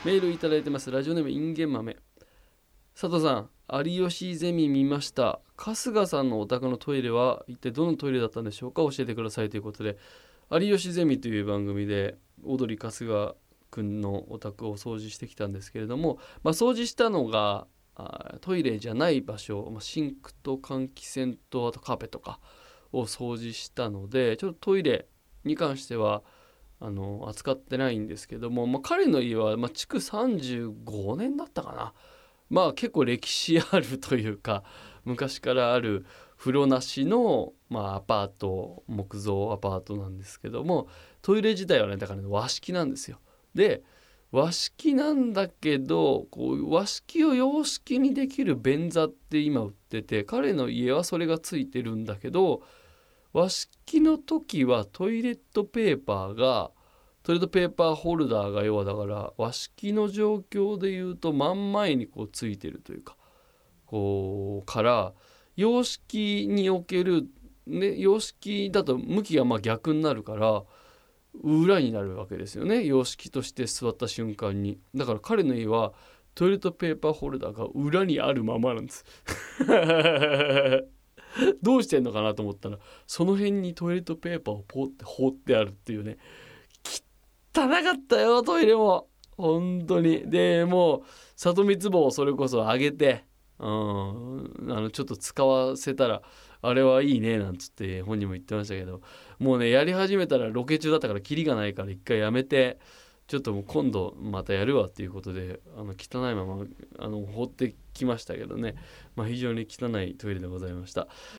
メールいただいてます。ラジオネームインゲン豆。佐藤さん、有吉ゼミ見ました。春日さんのお宅のトイレは一体どのトイレだったんでしょうか、教えてくださいということで、有吉ゼミという番組でオードリー春日くんのお宅を掃除してきたんですけれども、掃除したのがトイレじゃない場所、シンクと換気扇とあとカーペットかを掃除したので、ちょっとトイレに関しては扱ってないんですけども、彼の家は、築35年だったかな。結構歴史あるというか、昔からある風呂なしの、アパート、木造アパートなんですけども、トイレ自体はね、だからね、和式なんですよ。で、和式なんだけど、こう和式を洋式にできる便座って今売ってて、彼の家はそれがついてるんだけど、和式の時はトイレットペーパーホルダーが要はだから和式の状況でいうと真ん前にこうついてるというか、こうから洋式における、ね、洋式だと向きが逆になるから裏になるわけですよね、洋式として座った瞬間に。だから彼の家はトイレットペーパーホルダーが裏にあるままなんですどうしてんのかなと思ったら、その辺にトイレットペーパーをポって放ってあるっていうね。汚かったよトイレも本当に。でもう里見壺をそれこそ上げて、ちょっと使わせたらあれはいいねなんつって本人も言ってましたけど、もうねやり始めたらロケ中だったからキリがないから一回やめて、ちょっともう今度またやるわっていうことで汚いまま放ってきましたけどね、非常に汚いトイレでございました。